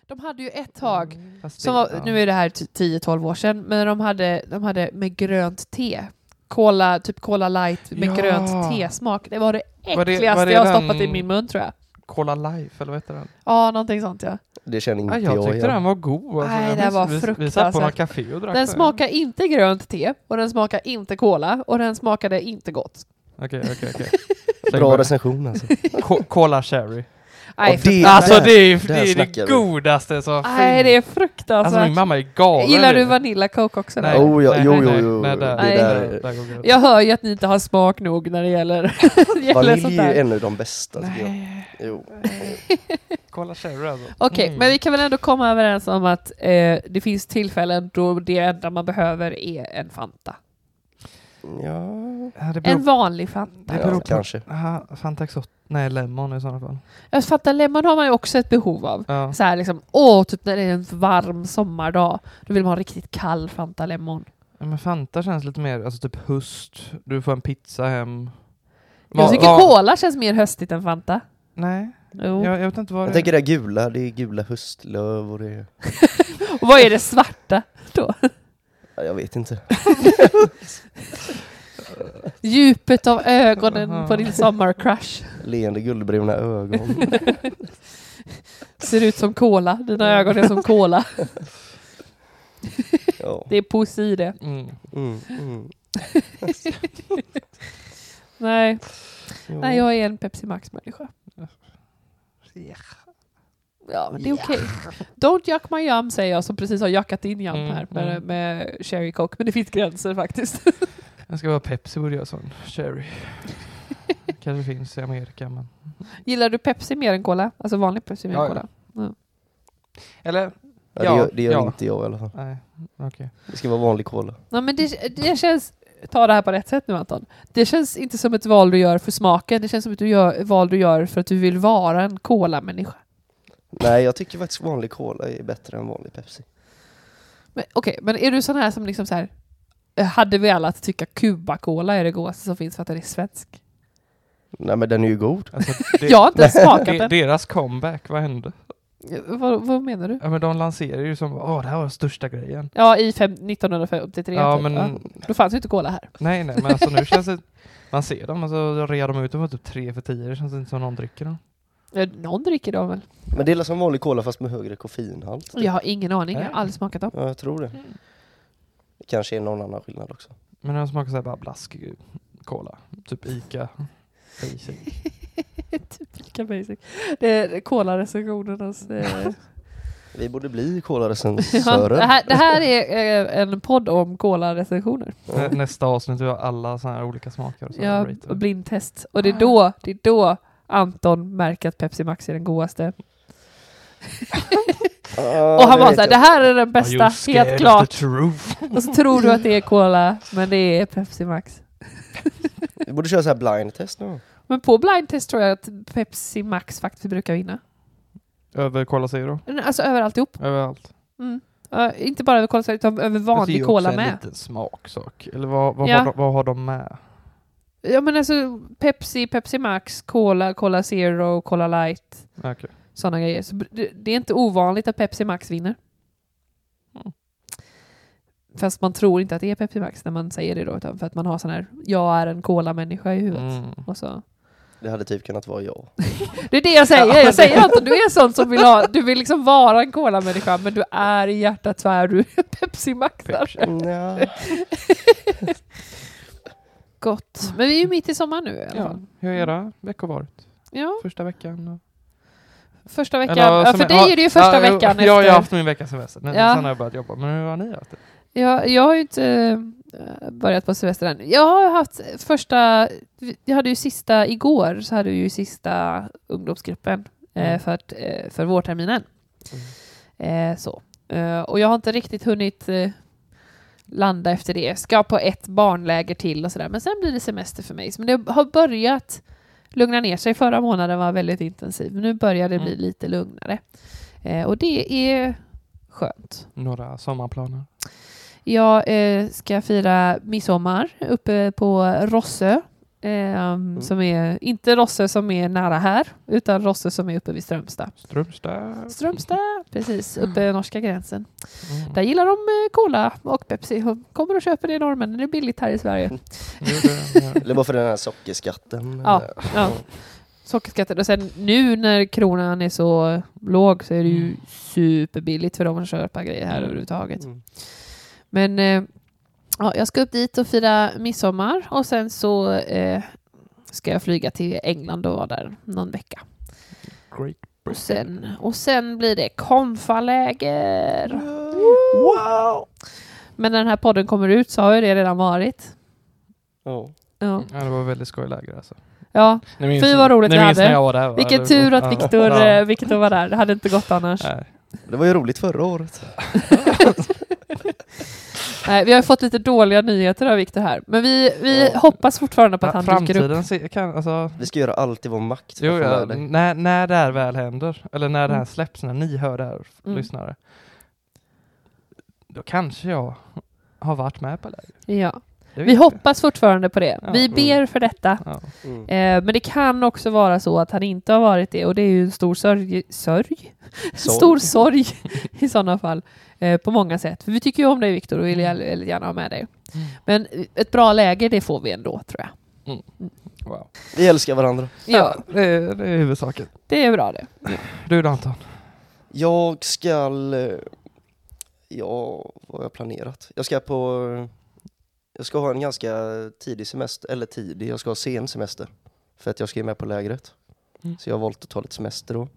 De hade ju ett tag, Fast nu är det här 10-12 år sedan, men de hade med grönt te. Typ Cola light med grönt tesmak. Det var det äckligaste jag har stoppat i min mun, tror jag. Cola Life, eller vad heter den? Ja, någonting sånt, ja. Det känner inte Jag tyckte den var god. Alltså, Nej, det var fruktansvärt. Vi satt på några café och drack den smakar inte grönt te, och den smakar inte cola, och den smakade inte gott. Okej. Bra recension alltså. Cola Cherry. Nej, det är det godaste så. Nej, det är fruktansvärt. Alltså min mamma är galen. Gillar du Vanilla Coke också? Nej. Jo. Nej, där. Jag hör ju att ni inte har smak nog när det gäller vanilj är ju en av de bästa. Jo. Cola Cherry alltså. Okej, men vi kan väl ändå komma överens om att det finns tillfällen då det enda man behöver är en Fanta. Ja. En vanlig Fanta. Det beror kanske. Fanta Exotic. Nej, lemon i sådana fall. Jag fattar, lemon har man ju också ett behov av. Ja. Så här liksom, typ när det är en varm sommardag, då vill man ha riktigt kall Fanta lemon. Ja, men Fanta känns lite mer, alltså typ höst. Du får en pizza hem. Jag tycker cola känns mer höstigt än Fanta. Nej. Jo. Jag vet inte vad jag tänker det gula, det är gula höstlöv och det. Och vad är det svarta då? Jag vet inte. Djupet av ögonen på din sommarcrush. Leende guldbruna ögon. Ser ut som cola. Dina ögon är som cola. Ja. Det är poesi det. Nej, jag är en Pepsi Max-människa. Ja, men det är okej. Don't yuck my yum, säger jag som precis har jackat in yum här med Cherry Coke. Men det finns gränser faktiskt. Jag ska vara Pepsi, borde jag sån Cherry. Kanske finns i Amerika, men... Gillar du Pepsi mer än cola? Alltså vanlig Pepsi mer än cola? Ja. Eller... det gör inte jag i alla fall. Nej, okay. Det ska vara vanlig cola. Ja, men det känns... Ta det här på rätt sätt nu, Anton. Det känns inte som ett val du gör för smaken. Det känns som ett val du gör för att du vill vara en cola-människa. Nej, jag tycker faktiskt vanlig cola är bättre än vanlig Pepsi. Men men är du sån här som liksom så här... Hade vi alla att tycka Cuba-cola är det godaste som finns för att den är svensk? Nej, men den är ju god. Alltså, jag har inte smakat den. Deras comeback, vad hände? Vad menar du? Ja, men de lanserar ju som, det här var den största grejen. Ja, 1953. Ja, typ. men... Då fanns ju inte cola här. Nej, men alltså nu känns det... Man ser dem, alltså rear de ut dem typ 3 för 10. Det känns inte som någon dricker dem. Någon dricker dem väl? Men det är som vanlig cola fast med högre koffeinhalt. Jag har ingen aning, jag har aldrig smakat dem. Ja, jag tror det. Det kanske är någon annan skillnad också. Men den smakar så här bara blaskig cola. Typ Ica Basic. Typ Ica Basic. Det är cola-recensionernas... Vi borde bli cola-recensörer. Ja, det här är en podd om cola-recensioner. Nästa avsnitt vi har alla såna här olika smaker. Och så ja, och blindtest. Och det är då Anton märker att Pepsi Max är den godaste. Och han var såhär, det här är den bästa, helt klart. Och så tror du att det är cola, men det är Pepsi Max. Vi borde köra så här blindtest nu. Men på blindtest tror jag att Pepsi Max faktiskt brukar vinna. Över Cola Zero? Alltså över alltihop. Överallt. Inte bara över Cola Zero utan över vanlig cola med. Det är ju också en liten smaksak. Eller vad har de med? Ja, men alltså Pepsi Max, Cola Zero, Cola Light. Okay. Sådana grejer. Så det är inte ovanligt att Pepsi Max vinner. Fast man tror inte att det är Pepsi Max när man säger det då. Utan för att man har sån här, jag är en cola-människa i huvudet. Och så. Det hade typ kunnat vara jag. Det är det jag säger. Jag säger att du är sån som du vill liksom vara en cola-människa, men du är i hjärtat så är du Pepsi Max. Ja. Gott. Men vi är ju mitt i sommar nu i alla fall. Hur har era veckor varit? Ja. Första veckan. Första veckan. För dig är det ju första veckan efter. Jag har haft min veckas semester. Sen Ja. har jag börjat jobba. Men hur har ni haft det? Jag har ju inte börjat på semester än. Jag har haft jag hade ju sista igår, så hade vi ju sista ungdomsgruppen för vårterminen. Så. Och jag har inte riktigt hunnit landa efter det. Ska på ett barnläger till och sådär. Men sen blir det semester för mig. Men det har börjat lugna ner sig. Förra månaden var väldigt intensiv. Nu börjar det bli lite lugnare. Och det är skönt. Några sommarplaner? Jag ska fira midsommar uppe på Rossö Som är inte Rosse som är nära här, utan Rosse som är uppe vid Strömstad. Strömstad, precis, uppe vid norska gränsen. Där gillar de cola och Pepsi. Kommer och köper det i normen, det är billigt här i Sverige. Eller bara för den här sockerskatten. Ja. Sockerskatten. Och sen nu när kronan är så låg så är det ju superbilligt för dem att köpa grejer här överhuvudtaget. Men jag ska upp dit och fira midsommar och sen så ska jag flyga till England och vara där någon vecka. Och sen blir det konfaläger. Wow! Men när den här podden kommer ut så har ju det redan varit. Ja. Ja, Ja, det var väldigt skojläger alltså. ja. Fy vad roligt vi hade. När jag var där, Vilken tur att Victor var där. Det hade inte gått annars. Nej. Det var ju roligt förra året. Nej, vi har fått lite dåliga nyheter av Victor här. Men vi hoppas fortfarande på att han dyker upp. Framtiden alltså... Vi ska göra allt i vår makt för Jo, att få ja, med dig. när det här väl händer, eller när det här släpps, när ni hör det här, lyssnare, då kanske jag har varit med på läger. Ja. Vi hoppas fortfarande på det. Ja. Vi ber för detta. Ja. Men det kan också vara så att han inte har varit det. Och det är ju en stor stor sorg i sådana fall. På många sätt. För vi tycker ju om dig, Victor, och vill gärna ha med dig. Men ett bra läger, det får vi ändå, tror jag. Wow. Vi älskar varandra. Ja, det är huvudsaken. det är bra det. Du då, Anton? Jag ska... vad har jag planerat? Jag ska ha en ganska tidig semester, eller tidig, jag ska ha sen semester. För att jag ska med på lägret. Så jag har valt att ta lite semester då.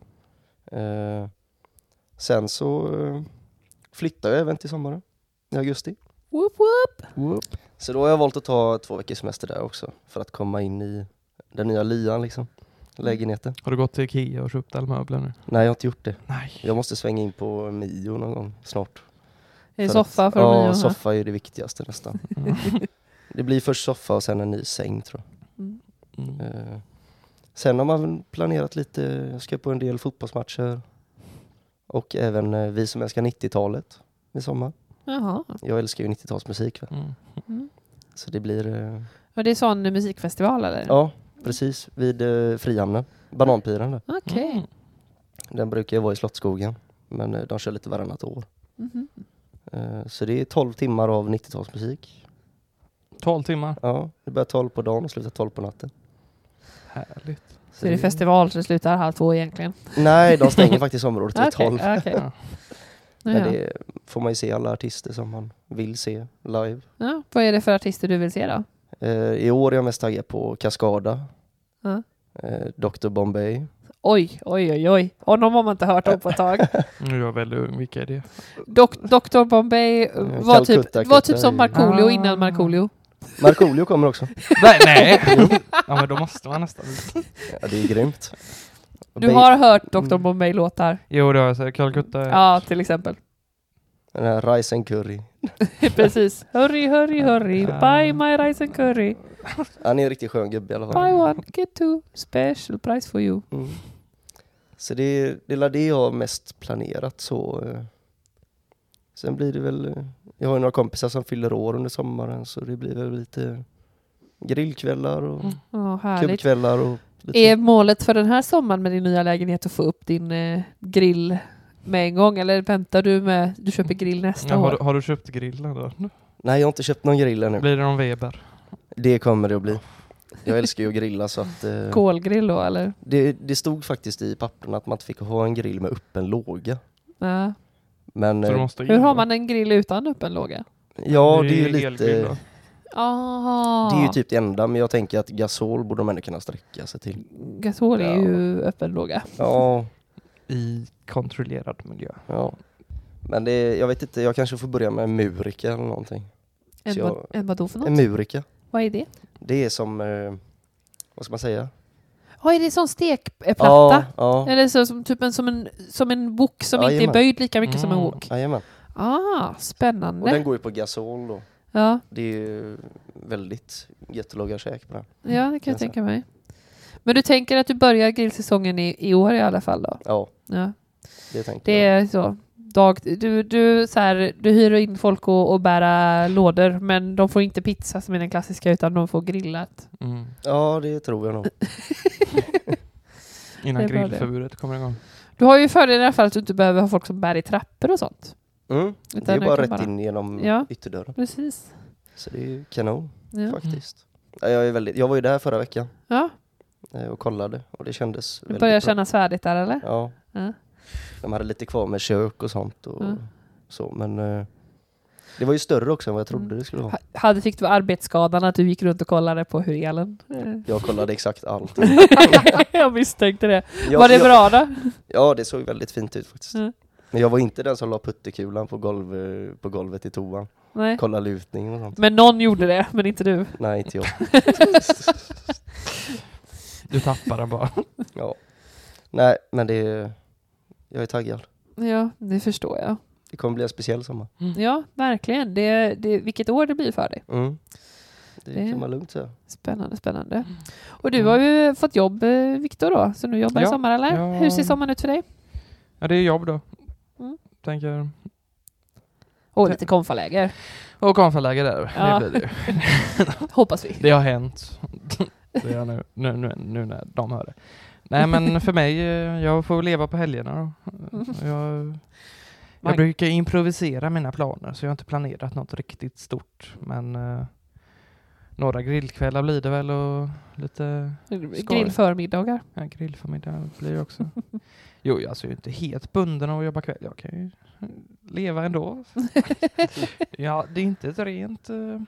Sen så flyttar jag även till sommaren, i augusti. Whoop, whoop. Så då har jag valt att ta 2 veckors semester där också. För att komma in i den nya lyan liksom. Lägenheten. Har du gått till Ikea och köpt alla möbler nu? Nej, jag har inte gjort det. Nej. Jag måste svänga in på Mio någon gång snart. En soffa för mig. Ja, soffa är det viktigaste nästan. Det blir först soffa och sen en ny säng, tror jag. Sen har man planerat lite. Jag ska på en del fotbollsmatcher. Och även vi som älskar 90-talet i sommar. Jaha. Jag älskar ju 90-talsmusik. Så det blir... Och det är sån musikfestival, eller? Ja, precis. Vid Frihamnen. Bananpiren där. Okej. Den brukar ju vara i Slottsskogen. Men de kör lite varannat år. Så det är 12 timmar av 90-talsmusik. 12 timmar? Ja, det börjar 12 på dagen och slutar 12 på natten. Härligt. Så det är festival så det slutar 1:30 egentligen? Nej, de stänger faktiskt området vid 12. Okay. Men det får man ju se alla artister som man vill se live. Ja, vad är det för artister du vill se då? I år är jag mest taggad på Cascada. Dr. Bombay. Oj. Honom har man inte hört om på ett tag. Nu är jag väldigt ung, vilka är det? Dr. Bombay var typ som Markoolio innan Markoolio. Markoolio kommer också. Nej. Ja, men då måste man nästan. Ja, det är grymt. Du har hört Dr. Bombay-låtar? Jo, det har jag sett. Calcutta. Ja, till exempel. Den här rice and curry. Precis. Hurry. Buy my rice and curry. Han är en riktigt skön gubbe i alla fall. Buy one, get two. Special price for you. Så det är det jag har mest planerat. Så. Sen blir det väl... Jag har ju några kompisar som fyller år under sommaren. Så det blir väl lite grillkvällar och kubbkvällar. Och är målet för den här sommaren med din nya lägenhet att få upp din grill med en gång? Eller väntar du köper grill nästa år? Har du köpt grillen då? Nej, jag har inte köpt någon grill ännu. Blir det någon Weber? Det kommer det att bli. Jag älskar ju att grilla så att... Kolgrill då, eller? Det stod faktiskt i papperna att man inte fick ha en grill med öppen låga. Ja. Men, hur har man en grill utan öppen låga? Ja, det är ju lite... Det är ju typ det enda, men jag tänker att gasol borde de ändå kunna sträcka sig till. Gasol är ju öppen låga. Ja. I kontrollerad miljö. Ja. Men jag vet inte, jag kanske får börja med murika eller någonting. En vad då för något? En murika. Vad är det? Det är som, vad ska man säga? Är det som stekplatta? Ja. Eller så, som en wok som inte är böjd lika mycket som en wok? Jajamän. Spännande. Och den går ju på gasol då. Ja. Det är ju väldigt jättelåga käk på den. Ja, det kan jag tänka mig. Men du tänker att du börjar grillsäsongen i år i alla fall då? Ja. Det tänker jag. Det är så. du hyr in folk och bära lådor, men de får inte pizza som är den klassiska, utan de får grillat. Ja, det tror jag nog. Innan grillförbudet kommer igång. Du har ju fördelen i alla fall att du inte behöver ha folk som bär i trappor och sånt. Det är bara rätt in genom ytterdörren. Precis. Så det är ju kanon faktiskt. Jag var ju där förra veckan. Ja. Och kollade, och det kändes väldigt börjar bra. kännas färdigt där, eller? Ja. De hade lite kvar med kök och sånt och så, men det var ju större också än vad jag trodde det skulle vara. Fick du arbetsskadan att du gick runt och kollade på hur elen? Jag kollade exakt allt. Jag misstänkte det. Var det bra då? Ja, det såg väldigt fint ut faktiskt. Men jag var inte den som la putterkulan på golvet i toan. Nej. Kolla lutning och sånt. Men någon gjorde det, men inte du. Nej, inte jag. Du tappade den bara. Ja. Nej, men jag är taggad. Ja, det förstår jag. Det kommer bli en speciell sommar. Ja, verkligen. Vilket år det blir för dig. Det kan man lugnt säga. Spännande. Och du har ju fått jobb, Viktor, då. Så nu jobbar i sommar, eller? Ja. Hur ser sommaren ut för dig? Ja, det är jobb då. Tänker... Och lite konfaläger. Och konfaläger där. Ja. Det blir det. Hoppas vi. Det har hänt. Det är nu när de hör det. Nej, men för mig, jag får leva på helgerna då. Jag brukar improvisera mina planer, så jag har inte planerat något riktigt stort. Men några grillkvällar blir det väl, och lite grillförmiddagar. Ja, grillförmiddag blir det också. Jo, alltså jag är inte helt bunden av att jobba kväll. Jag kan ju leva ändå. Ja, det är inte ett rent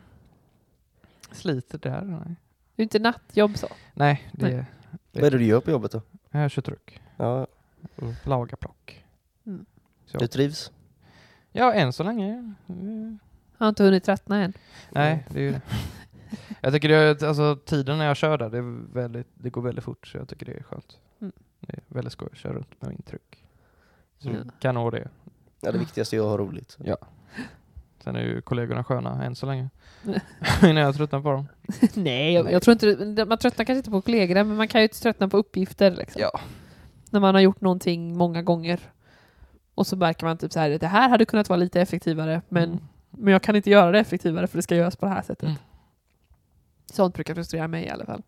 slit där. Nej. Det är inte nattjobb så? Nej. Vad är det du gör på jobbet då? Jag kör truck. Ja. Laga plock. Du trivs? Ja, än så länge. Har inte hunnit tröttna än. Nej, det är ju det. Jag tycker alltså tiden när jag kör där, det går väldigt fort, så jag tycker det är skönt. Det är väldigt skoj att köra runt med min truck. Så kan nå det. Ja, det viktigaste är att ha roligt. Så. Ja. Sen är ju kollegorna sköna än så länge. Innan jag tröttnar på dem. Nej, jag tror inte, man tröttnar kanske inte på kollegorna, men man kan ju tröttna på uppgifter. Liksom. Ja. När man har gjort någonting många gånger. Och så märker man typ så här, det här hade kunnat vara lite effektivare, men jag kan inte göra det effektivare för det ska göras på det här sättet. Sånt brukar frustrera mig i alla fall.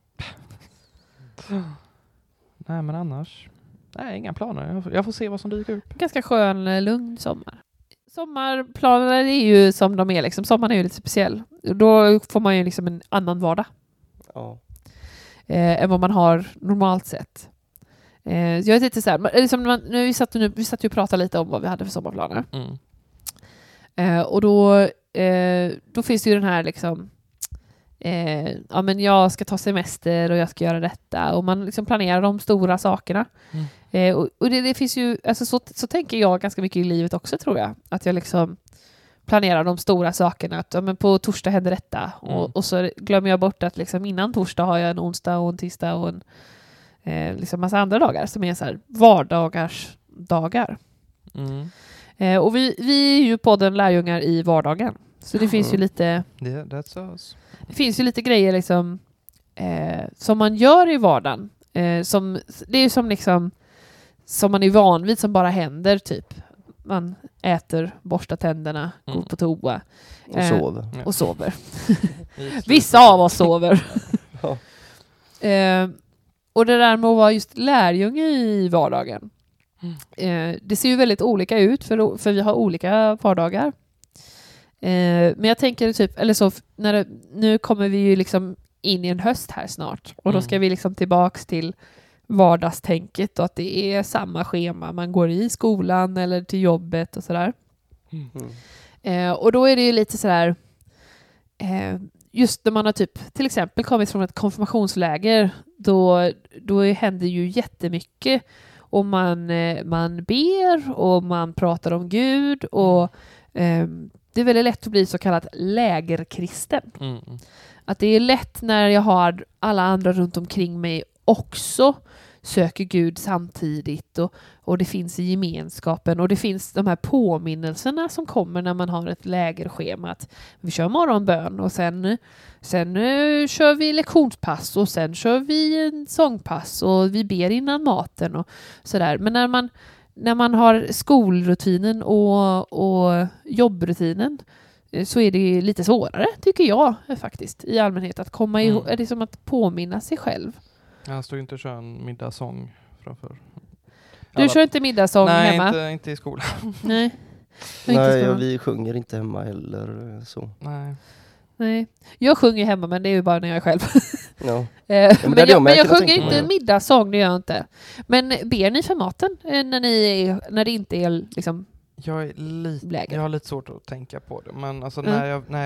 Nej, men annars... Nej, inga planer. Jag får se vad som dyker upp. Ganska skön, lugn sommar. Sommarplanerna är ju som de är. Liksom. Sommaren är ju lite speciell. Då får man ju liksom en annan vardag. Ja. Än vad man har normalt sett. Jag vet inte så här, liksom vi satt ju och pratade lite om vad vi hade för sommarplaner. Och då finns det ju den här liksom ja, men jag ska ta semester och jag ska göra detta, och man liksom planerar de stora sakerna. Och det finns ju, alltså så tänker jag ganska mycket i livet också, tror jag, att jag liksom planerar de stora sakerna, att ja, men på torsdag händer detta, och så glömmer jag bort att liksom innan torsdag har jag en onsdag och en tisdag och en liksom massa andra dagar som är så här vardagars dagar. Och vi är ju podden Lärjungar i vardagen. Så det finns ju lite... That's us. Det finns ju lite grejer liksom som man gör i vardagen. Det är ju som liksom som man är van vid, som bara händer typ. Man äter, borstar tänderna, går på toa. Och sover. Och sover. Vissa av oss sover. Ja. Och det där med att vara just lärjunge i vardagen. Det ser ju väldigt olika ut för vi har olika vardagar. Men jag tänker typ, eller så, nu kommer vi ju liksom in i en höst här snart, och då ska vi liksom tillbaks till vardagstänket, och att det är samma schema man går i skolan eller till jobbet och sådär. Och då är det ju lite sådär just när man har typ till exempel kommit från ett konfirmationsläger, då händer ju jättemycket, och man ber och man pratar om Gud, och det är väldigt lätt att bli så kallad lägerkristen. Att det är lätt när jag har alla andra runt omkring mig också söker Gud samtidigt, och det finns i gemenskapen, och det finns de här påminnelserna som kommer när man har ett lägerschema, att vi kör morgonbön, och sen kör vi lektionspass, och sen kör vi en sångpass, och vi ber innan maten och sådär. Men när man har skolrutinen och jobbrutinen så är det lite svårare, tycker jag faktiskt, i allmänhet. Att komma ihåg, är det som att påminna sig själv. Jag står inte och kör en middagssång framför. Du kör inte middagssång hemma? Nej, inte i skolan. Nej. Nej, vi sjunger inte hemma heller så. Nej. Jag sjunger hemma, men det är ju bara när jag är själv. Ja. Men jag sjunger inte en middagssång, det gör jag inte. Men ber ni för maten när det inte är liksom jag har lite svårt att tänka på det, men alltså när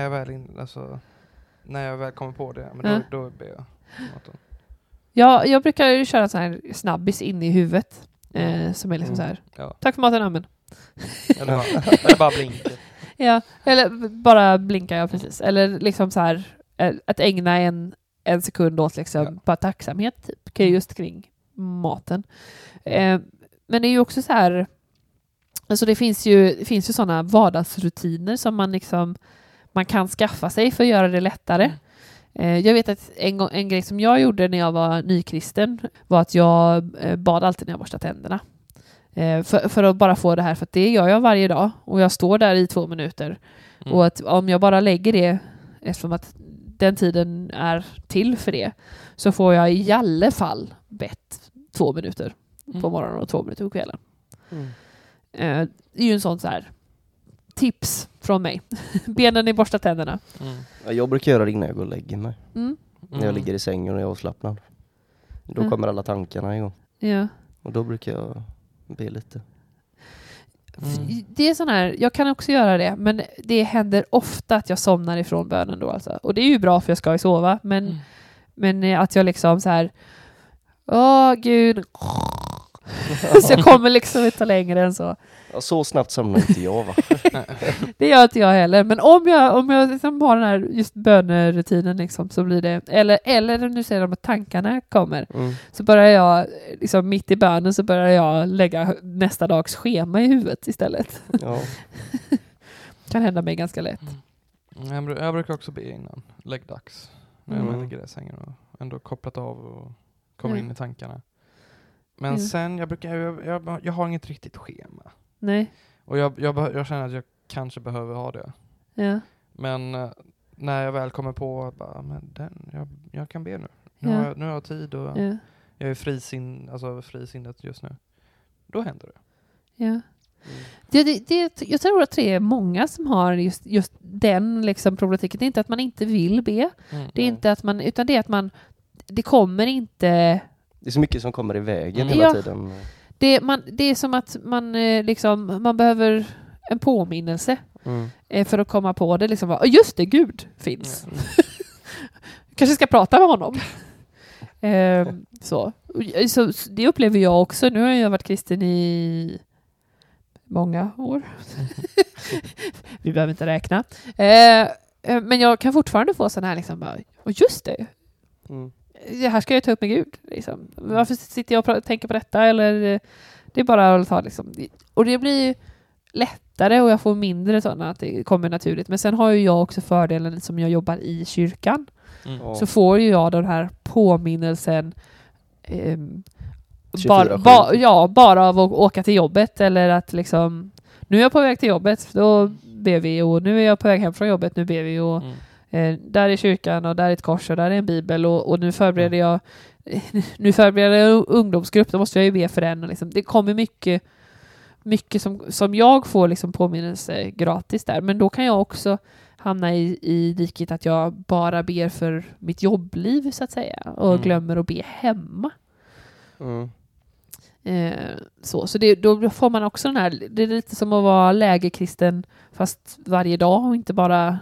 jag väl kommer på det, men då ber jag för maten. Ja, jag brukar ju köra så här snabbis in i huvudet som är liksom så här. Ja. Tack för maten, amen. Eller bara blinka. Ja, eller bara blinka, ja precis. Eller liksom så här att ägna en sekund åt liksom bara tacksamhet typ, just kring maten. Men det är ju också så här, alltså det finns ju sådana vardagsrutiner som man kan skaffa sig för att göra det lättare. Jag vet att en grej som jag gjorde när jag var nykristen var att jag bad alltid när jag borstade tänderna. För att bara få det här, för att det gör jag varje dag och jag står där i 2 minuter. Och att om jag bara lägger det, eftersom att den tiden är till för det, så får jag i alla fall bett 2 minuter på morgonen och 2 minuter på kvällen. Det är ju en sån så här tips från mig. Benen i borsta tänderna. Ja, jag brukar göra det innan jag går och lägger mig. När jag ligger i sängen och jag är avslappnad. Då kommer alla tankarna igång. Ja. Och då brukar jag be lite. Det är sån här, jag kan också göra det, men det händer ofta att jag somnar ifrån bönen då alltså. Och det är ju bra för jag ska ju sova, men att jag liksom så här, Gud. Så jag kommer liksom inte längre än så. Ja, så snabbt somnar inte jag, va? Det gör inte jag heller. Men om jag liksom har den här just bönerutinen liksom, så blir det, eller nu säger de att tankarna kommer, så börjar jag liksom mitt i bönen så börjar jag lägga nästa dags schema i huvudet istället. Ja. Kan hända mig ganska lätt. Jag brukar också be innan läggdags. När jag ligger i sängen och ändå kopplat av och kommer in i tankarna. Men sen, jag har inget riktigt schema. Nej. Och jag känner att jag kanske behöver ha det. Ja. Men när jag väl kommer på, jag kan be nu. Nu har jag tid och jag är frisinnet just nu. Då händer det. Ja. Jag tror att det är många som har just den liksom problematiken. Det är inte att man inte vill be. Det är inte att man, utan det är att det kommer inte. Det är så mycket som kommer i vägen hela tiden. Det är som att man behöver en påminnelse för att komma på det. Liksom, just det, Gud finns. Kanske ska prata med honom. Så det upplever jag också. Nu har jag varit kristen i många år. Vi behöver inte räkna. Men jag kan fortfarande få sån här liksom just det. Det här ska jag ta upp med Gud. Liksom. Varför sitter jag och tänker på detta? Eller det är bara att ta liksom. Och det blir lättare och jag får mindre sådana att det kommer naturligt. Men sen har ju jag också fördelen som jag jobbar i kyrkan. Så får ju jag den här påminnelsen bara av att åka till jobbet. Eller att liksom, nu är jag på väg till jobbet, då ber vi. Och nu är jag på väg hem från jobbet, nu ber vi. Och där är kyrkan och där är ett kors och där är en bibel och nu förbereder jag ungdomsgrupp, då måste jag ju be för den och liksom, det kommer mycket som jag får liksom påminnelse gratis där, men då kan jag också hamna i diket att jag bara ber för mitt jobbliv så att säga och glömmer att be hemma. Så då får man också den här, det är lite som att vara lägerkristen fast varje dag och inte bara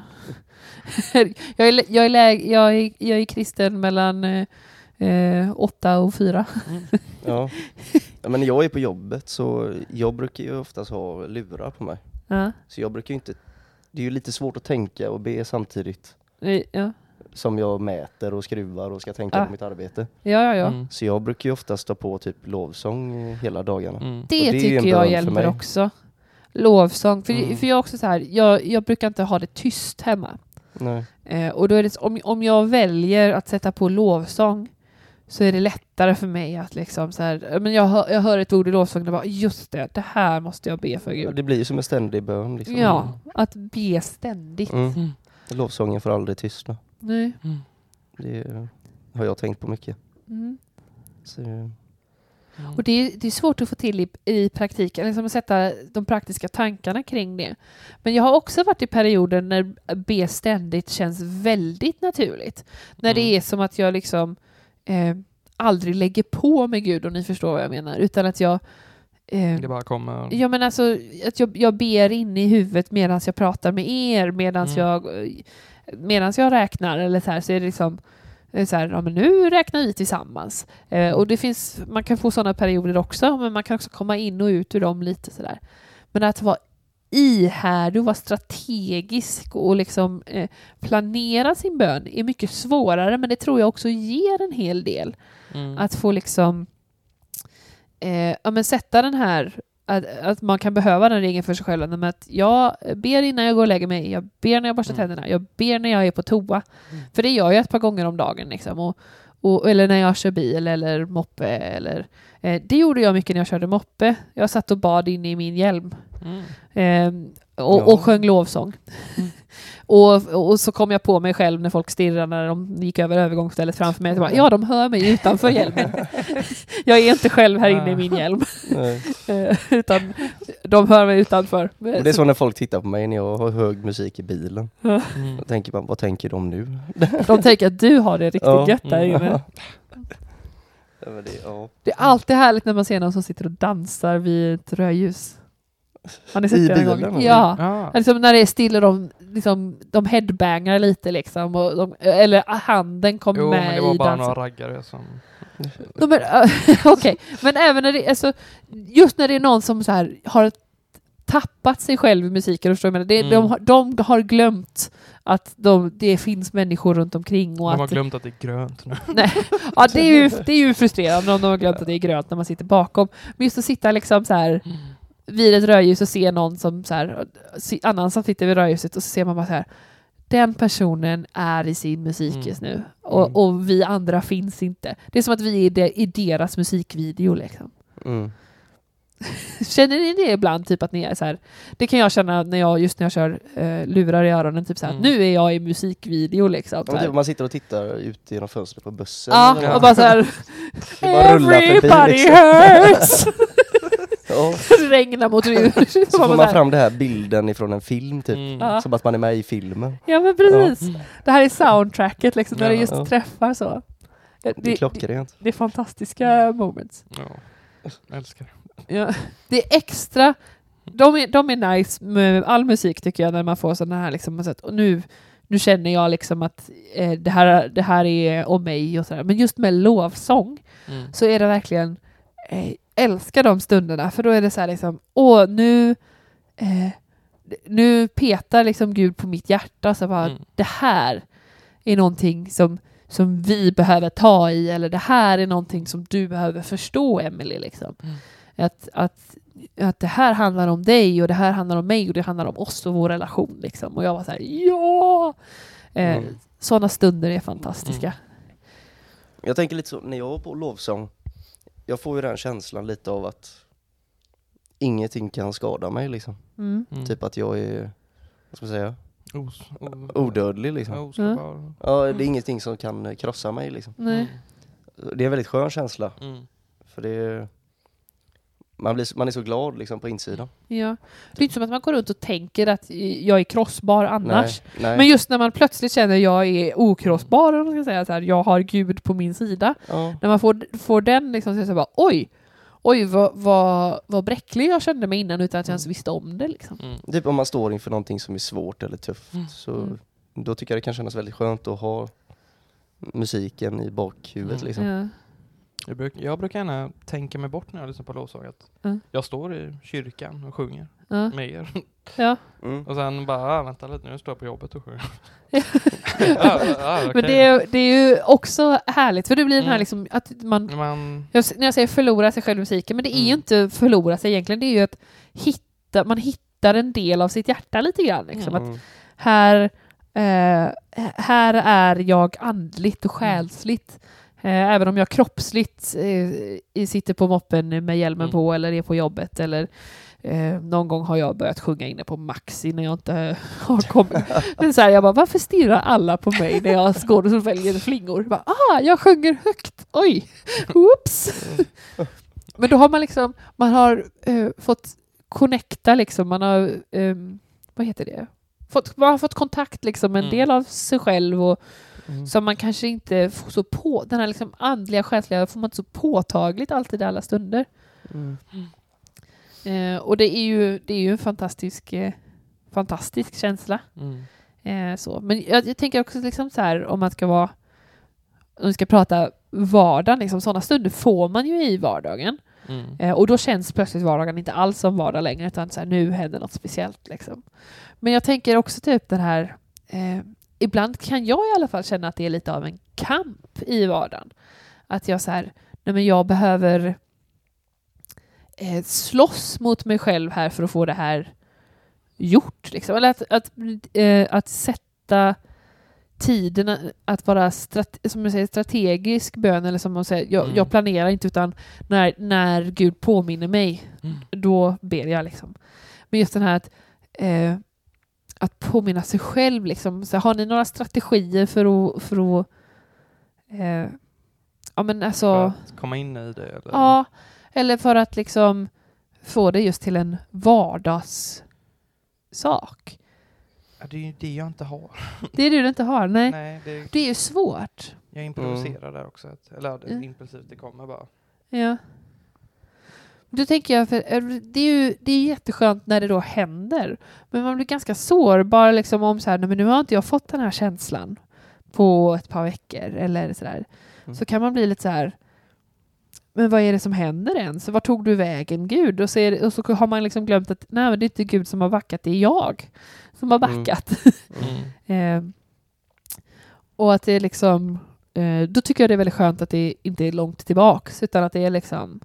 jag är kristen mellan 8 och 4. Ja, men jag är på jobbet så jag brukar ju oftast ha lurar på mig. Så jag brukar ju inte, det är ju lite svårt att tänka och be samtidigt. Som jag mäter och skruvar och ska tänka på mitt arbete. Ja. Så jag brukar ju oftast ta på typ lovsång hela dagarna. Det tycker jag hjälper också. Lovsång. För jag också så här, jag brukar inte ha det tyst hemma. Nej. Och då är det om jag väljer att sätta på lovsång så är det lättare för mig att liksom så här, men jag hör ett ord i lovsången och bara, just det här måste jag be för Gud. Ja, det blir ju som en ständig bön. Liksom. Ja, att be ständigt. Lovsången får aldrig tystna. Nej. Det har jag tänkt på mycket. Så, och det är svårt att få till i praktiken, liksom att sätta de praktiska tankarna kring det. Men jag har också varit i perioder när be ständigt känns väldigt naturligt. När det är som att jag liksom aldrig lägger på med Gud, om ni förstår vad jag menar. Utan att jag det bara kommer... Ja, men alltså att jag ber in i huvudet medan jag pratar med er, medan jag räknar eller så här, så är det liksom så här, ja, men nu räknar vi tillsammans. Och det finns, man kan få sådana perioder också, men man kan också komma in och ut ur dem lite sådär. Men att vara ihärdig och vara strategisk och liksom planera sin bön är mycket svårare, men det tror jag också ger en hel del. Att få liksom sätta den här att man kan behöva den regeln för sig själv, med att jag ber innan jag går och lägger mig, jag ber när jag borstar tänderna, jag ber när jag är på toa. För det gör jag ett par gånger om dagen liksom, eller när jag kör bil eller moppe eller det gjorde jag mycket när jag körde moppe. Jag satt och bad in i min hjälm. Och sjöng lovsång. Och så kom jag på mig själv när folk stirrade när de gick över övergångsstället framför mig. Bara, ja, de hör mig utanför hjälmen. Jag är inte själv här inne i min hjälm. Utan de hör mig utanför. Det är så när folk tittar på mig när jag har hög musik i bilen. Då tänker man, vad tänker de nu? De tänker att du har det riktigt gött där inne. Det är alltid härligt när man ser någon som sitter och dansar vid ett rödljus. Har ni sett det någon gång? Ja. Liksom när det är still och de headbangar lite liksom, och eller handen kommer med i dansen. Jo, men det var bara några raggare som... Okej, men även när det, alltså, just när det är någon som så här har tappat sig själv i musiken, de har glömt att det finns människor runt omkring. Och de har glömt att det är grönt nu. Nej. Ja, det är ju frustrerande om de har glömt att det är grönt när man sitter bakom. Men just att sitta liksom så här vid ett rödljus och se någon som så här, annan som sitter vid rödljuset, och så ser man bara så här, den personen är i sin musik just nu. Och vi andra finns inte. Det är som att vi är i deras musikvideo liksom. Känner ni det ibland, typ att ni är så här? Det kan jag känna när jag kör lurar i öronen, typ så här, nu är jag i musikvideo liksom. Ja, man sitter och tittar ut genom fönstret på bussen. Ja, och bara så här everybody liksom hurts. Ja. Regna mot så får man fram den här bilden ifrån en film typ. Som att man är med i filmen. Ja, men precis. Det här är soundtracket liksom, när det just träffar så. Det är klockrent. Det är fantastiska moments. Ja, jag älskar det. Ja, det är extra. De är nice med all musik tycker jag, när man får sådana här liksom, och nu känner jag liksom att det här är om mig och sådär. Men just med lovsång så är det verkligen älskar de stunderna, för då är det så här liksom, nu petar liksom Gud på mitt hjärta, så bara, det här är någonting som vi behöver ta i, eller det här är någonting som du behöver förstå, Emily liksom. Att det här handlar om dig, och det här handlar om mig, och det handlar om oss och vår relation liksom. Och jag var så här, sådana stunder är fantastiska. Jag tänker lite så, när jag var på lovsång, jag får ju den känslan lite av att ingenting kan skada mig liksom. Typ att jag är, vad ska man säga, odödlig liksom. Ja, det är ingenting som kan krossa mig liksom. Det är en väldigt skön känsla. För det man är så glad liksom på insidan. Ja. Det är inte som att man går runt och tänker att jag är krossbar annars. Nej. Men just när man plötsligt känner att jag är okrossbar, om man ska säga så här, jag har Gud på min sida. När man får den liksom, så bara, oj vad bräcklig jag kände mig innan, utan att jag ens visste om det liksom. Typ om man står inför någonting som är svårt eller tufft, så då tycker jag det kan kännas väldigt skönt att ha musiken i bakhuvudet liksom. Ja. Jag brukar gärna tänka mig bort när jag lyssnar på lovsång att jag står i kyrkan och sjunger med er. Ja. Och sen bara, vänta lite, nu står jag på jobbet och sjunger. Okay. Men det är ju också härligt, för det blir den här liksom, att när jag säger förlora sig själv i musiken, men det är ju inte förlora sig egentligen, det är ju att man hittar en del av sitt hjärta lite grann liksom. Att här är jag andligt och själsligt. Även om jag kroppsligt sitter på moppen med hjälmen på eller är på jobbet eller någon gång har jag börjat sjunga inne på Maxi när jag inte har kommit. Men så här, jag bara, varför stirrar alla på mig när jag går och väljer flingor? Jag sjunger högt. Oj, oops. Men då har man liksom, man har fått connecta liksom, man har, vad heter det? Man har fått kontakt liksom med en del av sig själv och som man kanske inte får så på, den här liksom andliga, själsliga får man inte så påtagligt alltid i alla stunder. Och det är ju en fantastisk känsla. Så. Men jag tänker också liksom så här, om vi ska prata vardagen, liksom, sådana stunder får man ju i vardagen. Och då känns plötsligt vardagen inte alls som vardag längre, utan så här, nu händer något speciellt. Liksom. Men jag tänker också typ den här, ibland kan jag i alla fall känna att det är lite av en kamp i vardagen. Att jag så här, jag behöver slåss mot mig själv här för att få det här gjort. Liksom. Eller att sätta tiden att vara som jag säger, strategisk bön, eller som man säger, jag planerar inte, utan när Gud påminner mig, då ber jag. Liksom. Men just den här att påminna sig själv. Liksom. Så har ni några strategier för att för att komma in i det? Eller? Ja, eller för att liksom få det just till en vardagssak. Ja, det är ju det jag inte har. Det är det du inte har, nej. Det är ju svårt. Jag improviserar där också. Impulsivt, det kommer bara. Ja. Då tänker jag, för det är jätteskönt när det då händer. Men man blir ganska sårbar liksom, om så här, men nu har inte jag fått den här känslan på ett par veckor eller sådär. Så kan man bli lite så här, men vad är det som händer ens? Var tog du vägen, Gud? Och så har man liksom glömt att nej, det är inte Gud som har backat, det är jag som har backat. Och att det är liksom, då tycker jag det är väldigt skönt att det inte är långt tillbaks, utan att det är liksom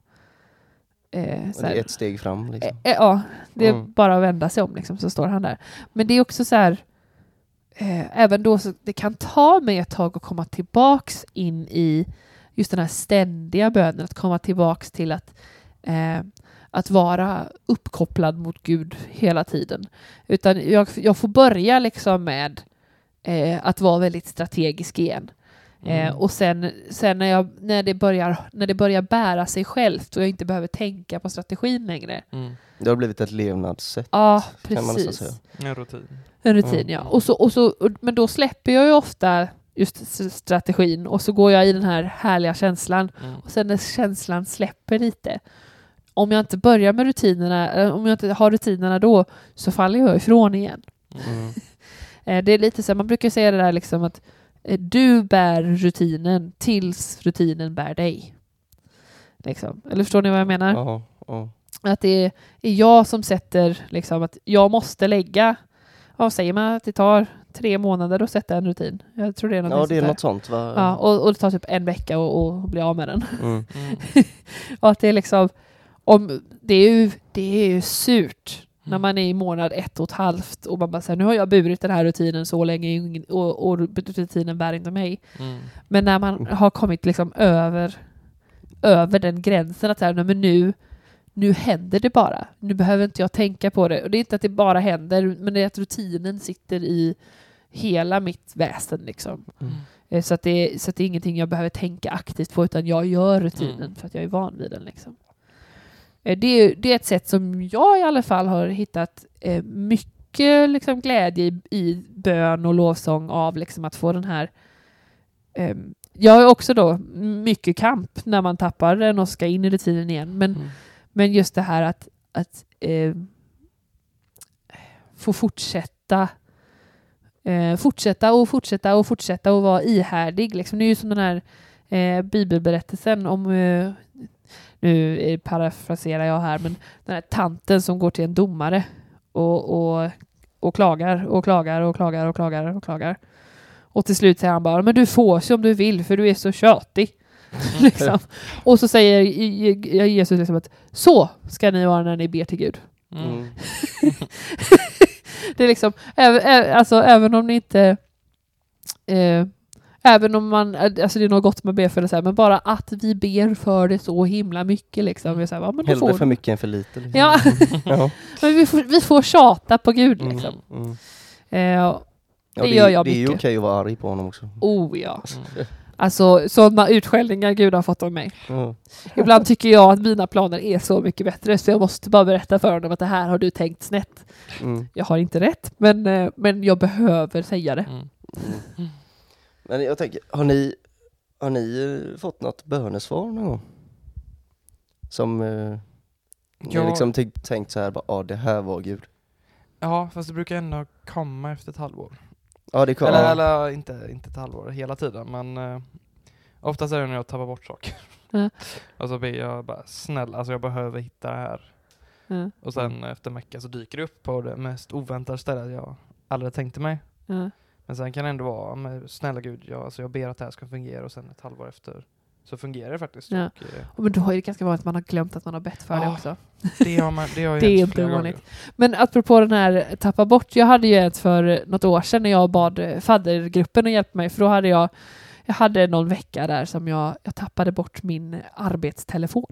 det är ett steg fram. Liksom. Ja, det är bara att vända sig om liksom, så står han där. Men det är också så här, även då så det kan ta mig ett tag att komma tillbaks in i just den här ständiga bönen, att komma tillbaks till att vara uppkopplad mot Gud hela tiden. Utan jag får börja liksom med att vara väldigt strategisk igen. Och sen när det börjar bära sig självt och jag inte behöver tänka på strategin längre. Det har blivit ett levnadssätt. Ja, precis. Kan man nästan säga. En rutin, ja. Men då släpper jag ju ofta just strategin och så går jag i den här härliga känslan. Och sen när känslan släpper lite, om jag inte börjar med rutinerna, om jag inte har rutinerna då, så faller jag ifrån igen. Det är lite så, man brukar säga det där liksom, att du bär rutinen tills rutinen bär dig. Liksom. Eller förstår ni vad jag menar? Att det är jag som sätter liksom, att jag måste lägga, vad säger man, att det tar 3 månader att sätta en rutin. Jag tror det är något. Ja, det är något sånt, va? Ja, och det tar typ 1 vecka och bli av med den. Och att det är liksom, det är ju surt när man är i månad 1,5 och man bara säger, nu har jag burit den här rutinen så länge och rutinen bär inte mig. Men när man har kommit liksom över den gränsen, att säga, men nu händer det bara. Nu behöver inte jag tänka på det. Och det är inte att det bara händer, men det är att rutinen sitter i hela mitt väsen. Liksom. Så att det är ingenting jag behöver tänka aktivt på, utan jag gör rutinen för att jag är van vid den. Liksom. Det är ett sätt som jag i alla fall har hittat mycket liksom, glädje i bön och lovsång av liksom, att få den här. Jag har också då mycket kamp när man tappar den och ska in i rutinen igen. Men just det här att få fortsätta och vara ihärdig. Liksom. Det är ju som den här bibelberättelsen om, nu parafraserar jag här, men den här tanten som går till en domare och klagar. Och till slut säger han bara, men du får som du vill för du är så tjatig. Liksom. Och så säger Jesus liksom att så ska ni vara när ni ber till Gud. Det är liksom, alltså även om ni inte Även om man, alltså det är något gott med ber för det så här, men bara att vi ber för det så himla mycket liksom. Vi så här, ja, men hellre för mycket än för lite. Liksom. Ja, Ja. men vi får tjata på Gud liksom. Det gör jag mycket. Det är ju okej att vara arg på honom också. Oh ja. Alltså sådana utskällningar Gud har fått av mig. Ja. Ibland tycker jag att mina planer är så mycket bättre så jag måste bara berätta för honom att det här har du tänkt snett. Jag har inte rätt, men jag behöver säga det. Men jag tänker, har ni fått något bönesvar någon gång? Som ni liksom tänkt så här, bara, det här var Gud. Ja, fast det brukar ändå komma efter ett halvår. Ja, det kommer. Eller inte ett halvår hela tiden, men oftast är det när jag tappar bort saker. Och så ber jag bara, snälla, alltså jag behöver hitta det här. Och sen efter en vecka så dyker det upp på det mest oväntade stället jag aldrig tänkte mig. Men sen kan det ändå vara, men snälla Gud, jag ber att det här ska fungera och sen ett halvår efter så fungerar det faktiskt. Ja. Men då är det ganska vanligt att man har glömt att man har bett för det också. Det har det är inte vanligt. Men apropå den här tappa bort, jag hade ju ett för något år sedan när jag bad faddergruppen att hjälpa mig, för då hade jag hade någon vecka där som jag tappade bort min arbetstelefon.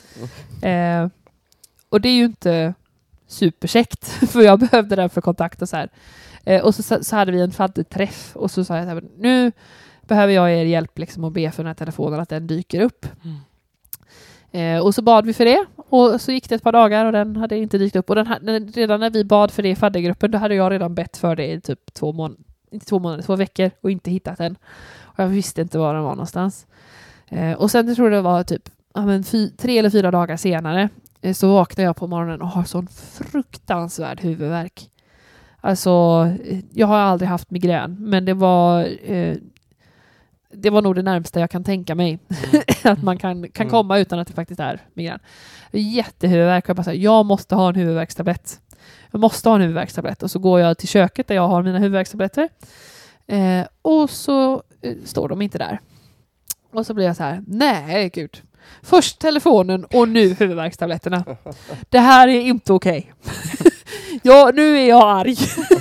Och det är ju inte superkäckt, för jag behövde den för kontakt och så här. Och så hade vi en fadderträff och så sa jag så här, nu behöver jag er hjälp liksom att be för den här telefonen att den dyker upp. Och så bad vi för det och så gick det ett par dagar och den hade inte dykt upp. Och redan när vi bad för det i faddergruppen, då hade jag redan bett för det i typ 2 veckor och inte hittat den. Och jag visste inte var den var någonstans. Och sen tror jag det var typ 3 eller 4 dagar senare så vaknade jag på morgonen och har sån fruktansvärd huvudvärk. Alltså, jag har aldrig haft migrän, men det var nog det närmsta jag kan tänka mig att man kan komma utan att det faktiskt är migrän. Jättehuvudvärk. Jag bara säger, jag måste ha en huvudvärkstablett. Och så går jag till köket där jag har mina huvudvärkstabletter. Och så står de inte där. Och så blir jag så här, nej gud. Först telefonen och nu huvudvärkstabletterna. Det här är inte okej. Ja, nu är jag arg.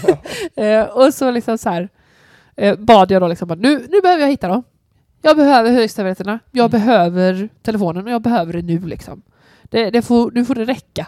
Och så liksom så här bad jag då liksom, nu behöver jag hitta dem. Jag behöver huvudvärkstabletterna. Jag behöver telefonen och jag behöver det nu liksom. Nu får det räcka.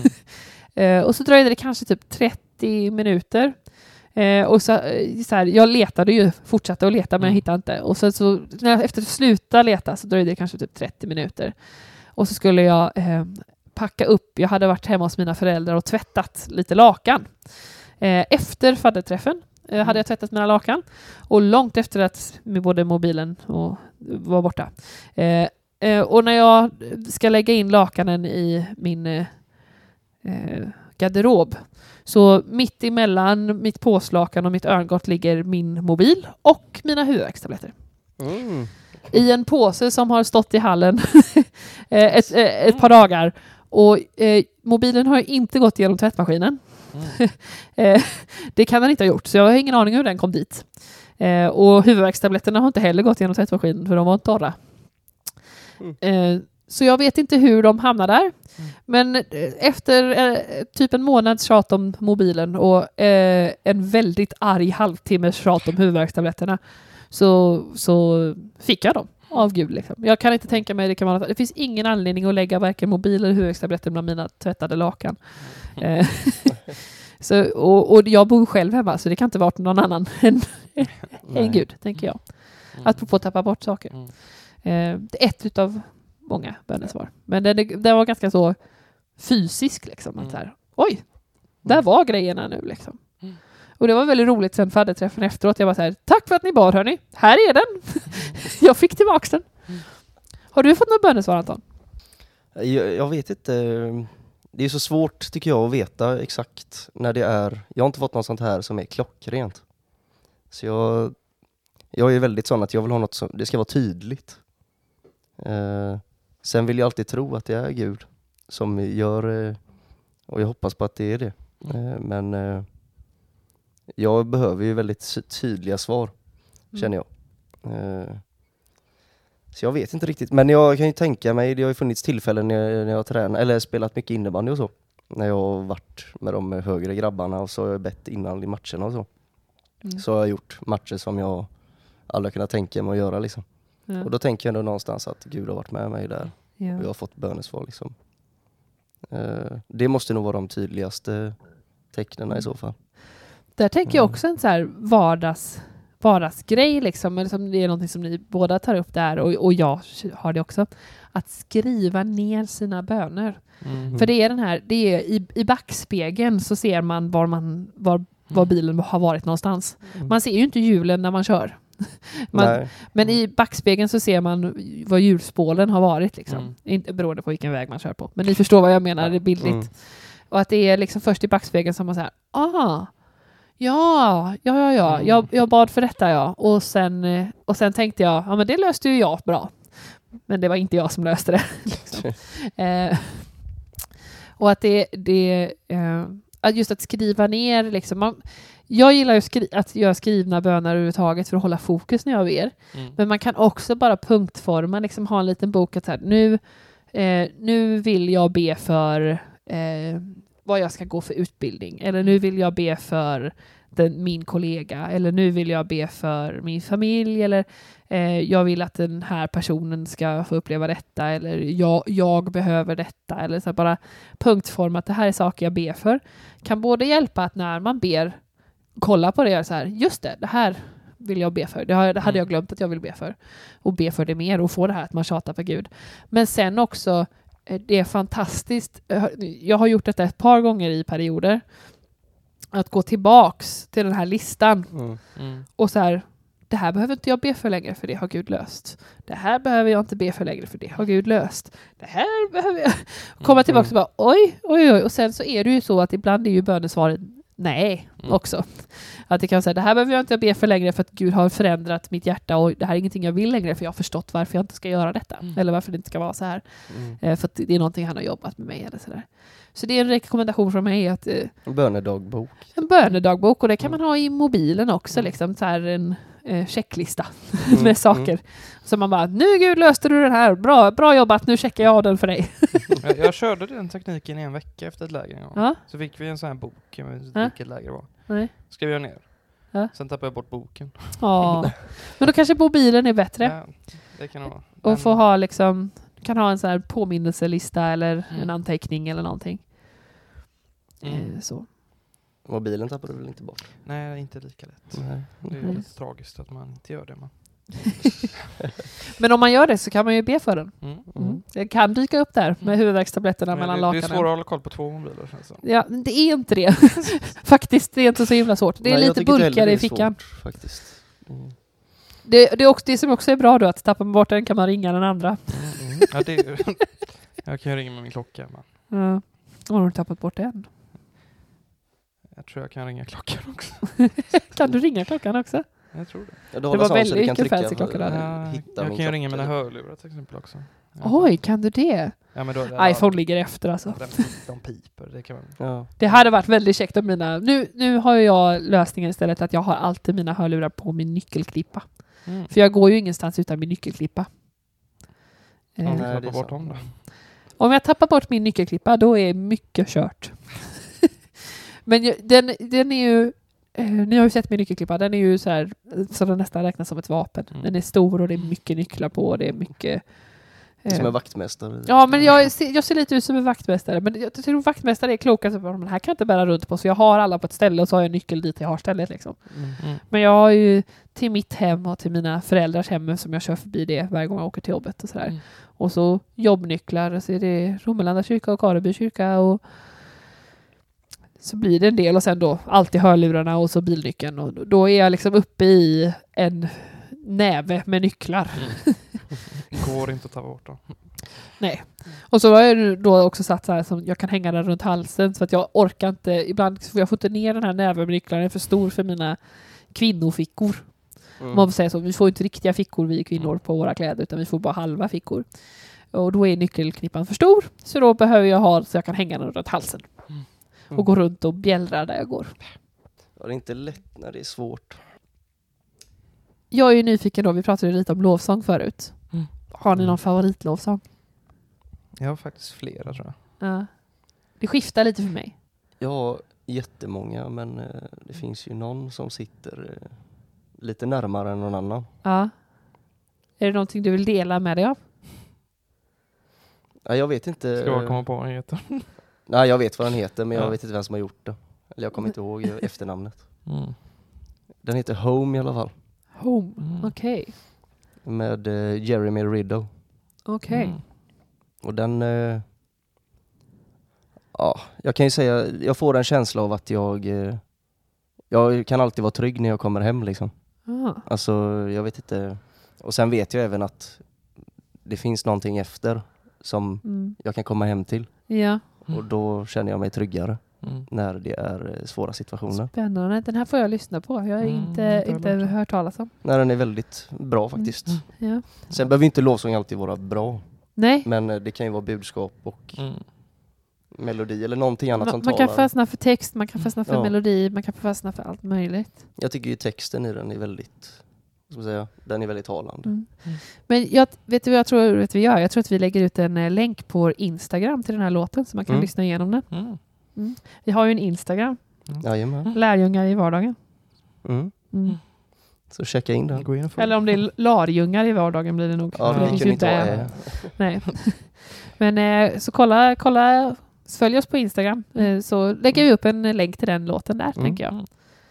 Och så dröjde det kanske typ 30 minuter. Och så här, jag letade ju, fortsatte att leta men jag hittade inte. Och så när jag efter att sluta leta så dröjde det kanske typ 30 minuter. Och så skulle jag packa upp. Jag hade varit hemma hos mina föräldrar och tvättat lite lakan. Efter fadderträffen hade jag tvättat mina lakan. Och långt efter att både mobilen var borta. Och när jag ska lägga in lakanen i min garderob, så mitt emellan mitt påslakan och mitt örngott ligger min mobil och mina huvudvärkstabletter. I en påse som har stått i hallen ett par dagar. Och mobilen har inte gått igenom tvättmaskinen. Det kan den inte ha gjort, så jag har ingen aning hur den kom dit. Och huvudvärkstabletterna har inte heller gått igenom tvättmaskinen för de var torra. Så jag vet inte hur de hamnar där. Men efter typ en månads tjat om mobilen och en väldigt arg halvtimmes tjat om huvudvärkstabletterna så fick jag dem av Gud. Liksom. Jag kan inte tänka mig, det finns ingen anledning att lägga varken mobil eller huvudvärkstabletter bland mina tvättade lakan. Och jag bor själv hemma, så det kan inte vara någon annan än Gud, tänker jag. Att få tappa bort saker. Det är ett utav många bönesvar. Men det var ganska så fysisk liksom. Att så här, oj, där var grejerna nu liksom. Och det var väldigt roligt sen fadderträffen efteråt. Jag var så här, tack för att ni bad hörni. Här är den. Jag fick tillbaka den. Har du fått några bönesvar, Anton? Jag vet inte. Det är så svårt tycker jag att veta exakt när det är. Jag har inte fått något sånt här som är klockrent. Så jag är väldigt sån att jag vill ha något som, det ska vara tydligt. Sen vill jag alltid tro att det är Gud som gör, och jag hoppas på att det är det. Men jag behöver ju väldigt tydliga svar, känner jag. Så jag vet inte riktigt, men jag kan ju tänka mig, det har ju funnits tillfällen när jag har tränat eller spelat mycket innebandy och så. När jag har varit med de högre grabbarna och så har jag bett innan i matcherna och så. Så har jag gjort matcher som jag aldrig kunnat tänka mig att göra liksom. Ja. Och då tänker jag ändå någonstans att Gud har varit med mig där. Ja. Och jag har fått bönesvar liksom. Det måste nog vara de tydligaste tecknen i så fall. Där tänker jag också en så här vardagsgrej liksom, eller som det är någonting som ni båda tar upp där och jag har det också. Att skriva ner sina böner. För det är i backspegeln så ser man var bilen har varit någonstans. Man ser ju inte hjulen när man kör. Men i backspegeln så ser man var hjulspålen har varit liksom. Inte beroende på vilken väg man kör på. Men ni förstår vad jag menar, det är bildligt. Och att det är liksom först i backspegeln som man säger, jag bad för detta, ja. Och sen tänkte jag, ja men det löste ju jag bra. Men det var inte jag som löste det. Liksom. Och att just att skriva ner liksom, jag gillar ju att göra skrivna böner överhuvudtaget för att hålla fokus när jag ber. Men man kan också bara punktforma, liksom ha en liten bok att så här, nu vill jag be för vad jag ska gå för utbildning. Eller nu vill jag be för min kollega. Eller nu vill jag be för min familj. Eller jag vill att den här personen ska få uppleva detta. Eller jag behöver detta. Eller så här, bara punktforma att det här är saker jag ber för. Kan både hjälpa att när man ber kolla på det så här, just det här vill jag be för. Det hade jag glömt att jag vill be för. Och be för det mer och få det här att man tjatar för Gud. Men sen också, det är fantastiskt. Jag har gjort detta ett par gånger i perioder. Att gå tillbaks till den här listan. Och så här, det här behöver inte jag be för längre för det har Gud löst. Det här behöver jag inte be för längre för det har Gud löst. Det här behöver jag komma tillbaka och bara oj. Och sen så är det ju så att ibland är ju bönesvaret nej också. Att det kan säga, det här behöver jag inte be för längre för att Gud har förändrat mitt hjärta och det här är ingenting jag vill längre för jag har förstått varför jag inte ska göra detta. Eller varför det inte ska vara så här. För att det är någonting han har jobbat med mig eller sådär. Så det är en rekommendation från mig att en bönedagbok. En bönedagbok och det kan man ha i mobilen också liksom så här en checklista med saker. Så man bara, nu Gud löste du den här. Bra jobbat, nu checkar jag den för dig. Jag körde den tekniken i en vecka efter ett läger. Ja. Så fick vi en sån här bok med vilket läger det var. Nej. Skrev jag ner. Ja. Sen tappade jag bort boken. Ja. Men då kanske mobilen är bättre. Ja, det kan vara. Och få ha liksom, kan ha en sån här påminnelselista eller en anteckning eller någonting. Så. Mobilen tappar du väl inte bort? Nej, inte lika lätt. Nej. Det är lite tragiskt att man inte gör det. Men om man gör det så kan man ju be för den. Det kan dyka upp där med huvudvärkstabletterna mellan lakanen. Det är svårt att hålla koll på 2 mobiler. Ja, det är inte det. Faktiskt, det är inte så himla svårt. Det är lite bulkigare i fickan. Svårt, faktiskt. Det är också, det som också är bra då, att tappar man bort den kan man ringa den andra. Ja, jag kan ju ringa med min klocka. Men. Ja. Har du tappat bort den? Jag tror jag kan ringa klockan också. Kan du ringa klockan också? Jag tror det. Ja, det var väldigt mycket fancy klockan. Jag kan ju ringa mina hörlurar till exempel också. Oj, kan du det? Ja, men då, iPhone ligger efter alltså. De piper, det kan man. Ja. Det hade varit väldigt käckt om mina... Nu har jag lösningen istället att jag har alltid mina hörlurar på min nyckelklippa. För jag går ju ingenstans utan min nyckelklippa. Om jag tappar bort min nyckelklippa, då är mycket kört. Men den är ju... ni har ju sett min nyckelklippa. Den är ju så här, så den nästan räknas som ett vapen. Den är stor och det är mycket nycklar på. Och det är mycket... som en vaktmästare. Ja, men jag ser lite ut som en vaktmästare. Men jag tror vaktmästare är klokast. Men här kan jag inte bära runt på. Så jag har alla på ett ställe och så har jag nyckel dit jag har stället. Liksom. Men jag har ju till mitt hem och till mina föräldrars hem som jag kör förbi det varje gång jag åker till jobbet. Och sådär. Och så jobbnycklar. Så är det Romelanda kyrka och Kareby kyrka. Och så blir det en del. Och sen då alltid hörlurarna och så bilnyckeln. Och då är jag liksom uppe i en näve med nycklar. Går inte att ta bort dem. Nej. Och så har jag då också satt så här som jag kan hänga den runt halsen så att jag orkar inte, ibland får jag få inte ner den här näven med nycklarna, den är för stor för mina kvinnofickor. Man får säga så, vi får inte riktiga fickor vi kvinnor på våra kläder utan vi får bara halva fickor. Och då är nyckelknippan för stor så då behöver jag ha så jag kan hänga den runt halsen. Och gå runt och bjällra där jag går. Ja, det är inte lätt när det är svårt. Jag är ju nyfiken då, vi pratade lite om lovsång förut. Har ni någon favoritlovsång? Jag har faktiskt flera tror jag. Ja. Det skiftar lite för mig. Jag har jättemånga men det finns ju någon som sitter lite närmare än någon annan. Ja. Är det någonting du vill dela med dig av? Ja, jag vet inte. Ska jag komma på vad den heter? Nej, jag vet vad den heter, men jag vet inte vem som har gjort det. Eller jag kommer inte ihåg efternamnet. Den heter Home i alla fall. Home, okej. Med Jeremy Riddle. Okej. Och den... ja, jag kan ju säga... Jag får en känsla av att jag kan alltid vara trygg när jag kommer hem liksom. Alltså, jag vet inte... Och sen vet jag även att det finns någonting efter som jag kan komma hem till. Ja. Och då känner jag mig tryggare när det är svåra situationer. Spännande. Den här får jag lyssna på. Jag har inte hört talas om. Nej, den är väldigt bra faktiskt. Ja. Sen behöver inte lovsång alltid vara bra. Nej. Men det kan ju vara budskap och melodi eller någonting annat som man talar. kan fastna för text, man kan fastna för melodi, man kan fastna för allt möjligt. Jag tycker ju texten i den är väldigt, vad ska man säga, den är väldigt talande. Men vet du vad jag tror att vi gör? Jag tror att vi lägger ut en länk på Instagram till den här låten så man kan lyssna igenom den. Vi har ju en Instagram. Jajamän. Lärjungar i vardagen. Så checka in den. Gå in eller om det är larjungar i vardagen blir det nog. Ja, det kan inte vara. Nej. Men så kolla, följ oss på Instagram. Så lägger vi upp en länk till den låten där, tänker jag.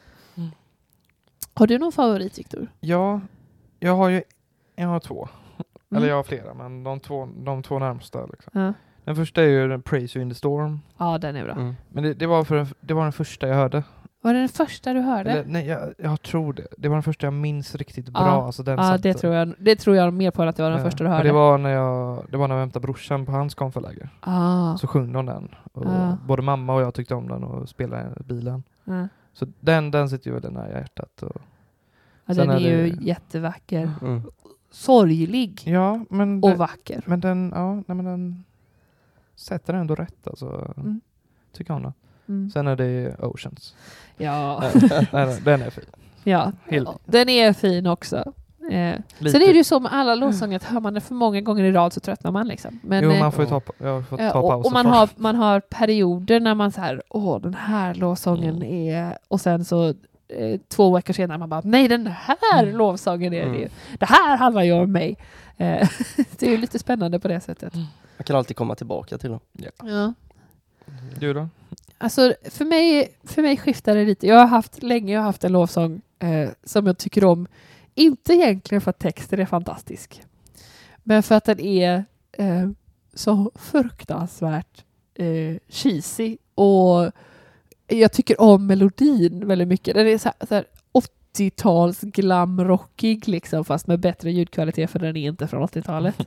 Har du någon favorit, Victor? Ja, jag har två. Eller jag har flera, men de två närmsta. Liksom. Ja. Den första är ju Praise You in the Storm. Ja, den är bra. Men det var den första jag hörde. Var det den första du hörde? Eller, nej, jag tror det. Det var den första jag minns riktigt bra. Ja, alltså den det tror jag mer på att det var den första du hörde. Det var när jag hämtade brorsan på hans konferläger. Så sjöng de den. Och både mamma och jag tyckte om den och spelade i bilen. Så den sitter ju väldigt nära hjärtat. Och den är ju jättevacker. Sorglig. Ja, men och vacker. Men den sätter ändå rätt. Alltså, tycker jag om den. Sen är det Oceans. Ja. Den är fin. Ja, den är fin också. Sen är det ju så med alla låtsånger att hör man det för många gånger i rad så tröttnar man liksom. Men, jo, man får ju ta paus. Och man har perioder när man så här, den här låtsången är... Och sen så 2 veckor senare man bara, nej, den här lovsången är det. Det här handlar ju om mig. Det är ju lite spännande på det sättet. Jag kan alltid komma tillbaka till dem. Ja. Du då? Alltså för mig skiftar det lite. Jag har haft en lovsång som jag tycker om. Inte egentligen för att texten är fantastisk. Men för att den är så fruktansvärt cheesy. Och jag tycker om melodin väldigt mycket. Den är så här 80-tals glamrockig liksom, fast med bättre ljudkvalitet för den är inte från 80-talet.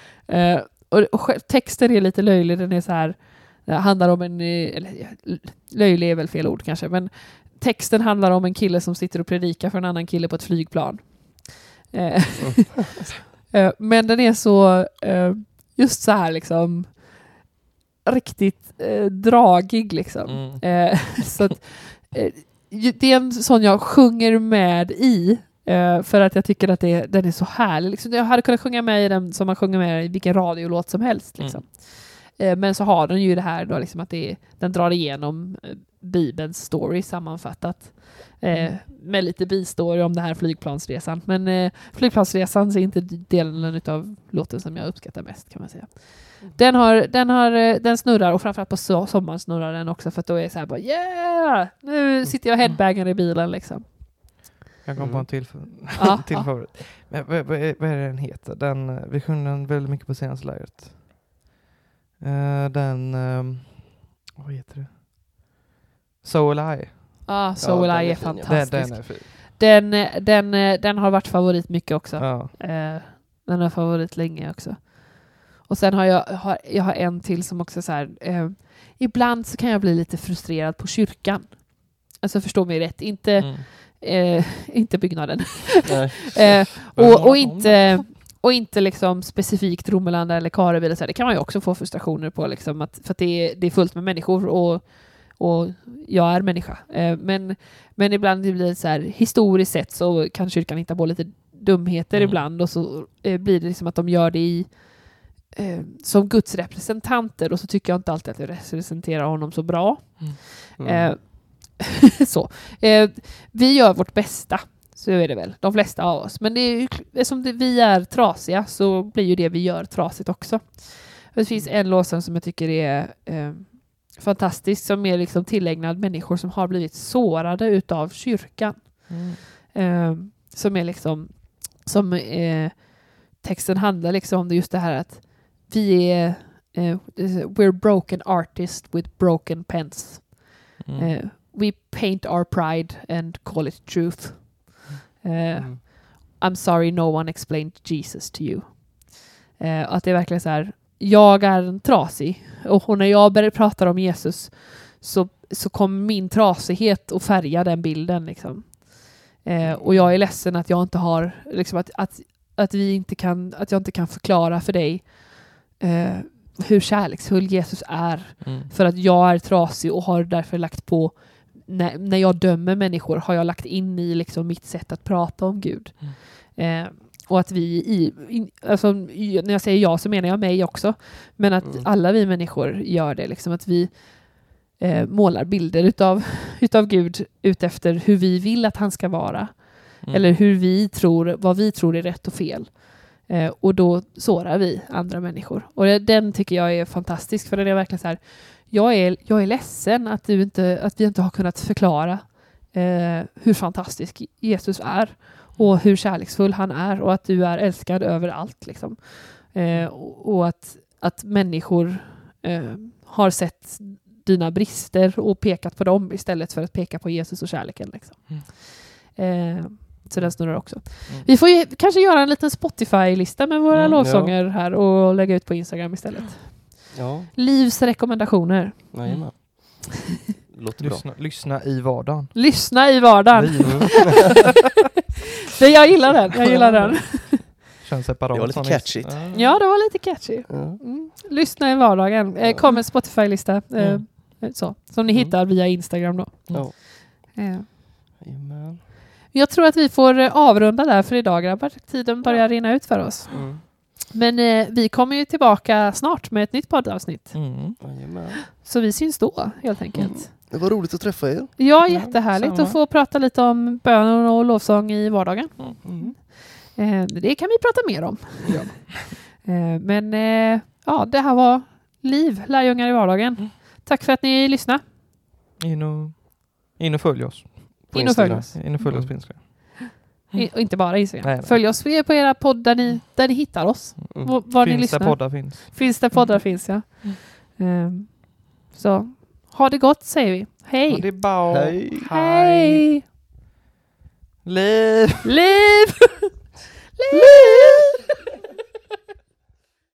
Och texten är lite löjlig. Den är så här, det handlar om löjlig är väl fel ord kanske, men texten handlar om en kille som sitter och predikar för en annan kille på ett flygplan. Men den är så just så här liksom riktigt dragig liksom. Så att, det är en sån jag sjunger med i för att jag tycker att den är så härlig. Liksom. Jag hade kunnat sjunga med i den som man sjunger med i vilken radiolåt som helst. Liksom. Men så har den ju det här då, liksom, att den drar igenom Bibelns story sammanfattat. Med lite bistory om det här flygplansresan. Men flygplansresan är inte delen av låten som jag uppskattar mest, kan man säga. Den snurrar, och framförallt på sommaren snurrar den också, för att då är det så här bara, yeah! Nu sitter jag headbangare i bilen liksom. Jag kom på en till favorit. Men vad är det den heter? Vi sjunger den väldigt mycket på senaste lägret. Vad heter det? So Will I. So Will I är fantastisk. Den är fin. Den har varit favorit mycket också. Ja. Den har favorit länge också. Och sen har jag en till som också så här, ibland så kan jag bli lite frustrerad på kyrkan. Alltså förstå mig rätt, inte byggnaden. Och inte liksom specifikt Romelanda eller Kareby, så det kan man ju också få frustrationer på liksom, för att det är fullt med människor och jag är människa. Men ibland blir det så här, historiskt sett så kan kyrkan hitta på lite dumheter ibland, och så blir det liksom att de gör det som Guds representanter, och så tycker jag inte alltid att jag representerar honom så bra. Så. Vi gör vårt bästa. Så är det väl, de flesta av oss. Men det är ju, eftersom vi är trasiga så blir ju det vi gör trasigt också. Det finns en låtsång som jag tycker är fantastisk, som är liksom tillägnad människor som har blivit sårade utav kyrkan. Som är liksom, som texten handlar liksom om just det här att vi är we're broken artists with broken pens. We paint our pride and call it truth. I'm sorry no one explained Jesus to you. Att det är verkligen så här, jag är en trasig och när jag börjar prata om Jesus så kommer min trasighet att färga den bilden liksom. Och jag är ledsen att jag inte har liksom att jag inte kan förklara för dig hur kärleksfull Jesus är. För att jag är trasig och har därför lagt på, när jag dömer människor har jag lagt in i liksom mitt sätt att prata om Gud. Och att vi alltså, när jag säger jag så menar jag mig också, men att alla vi människor gör det liksom, att vi målar bilder utav Gud utefter hur vi vill att han ska vara. Eller vad vi tror är rätt och fel. Och då sårar vi andra människor. Och den tycker jag är fantastisk, för det är verkligen så här, jag är ledsen att vi inte har kunnat förklara hur fantastisk Jesus är och hur kärleksfull han är och att du är älskad överallt liksom. Och att människor har sett dina brister och pekat på dem istället för att peka på Jesus och kärleken liksom. Så den snurrar också. Vi får ju kanske göra en liten Spotify-lista med våra lovsånger här och lägga ut på Instagram istället. Ja. Livs rekommendationer. Jajamän. Låter bra. Lyssna i vardagen. Lyssna i vardagen. Jag gillar den. Känns separat. Det var lite catchy. Ja, det var lite catchy. Lyssna i vardagen. Kommer Spotify-lista. Så, som ni hittar via Instagram då. Jajamän. Jag tror att vi får avrunda där för idag, grabbar. Tiden börjar rinna ut för oss. Men vi kommer ju tillbaka snart med ett nytt poddavsnitt. Så vi syns då, helt enkelt. Det var roligt att träffa er. Ja, jättehärligt att få prata lite om bön och lovsång i vardagen. Det kan vi prata mer om. Men det här var Liv, lärjungar i vardagen. Tack för att ni lyssnade. In och följ oss. In och följ oss på Instagram. Och inte bara Instagram. Nej. Följ oss på era poddar där ni hittar oss. Var ni lyssnar. Där poddar finns. Finns där poddar finns, ja. Så, ha det gott säger vi. Hej! Ha det bra. Hej! Liv! Liv!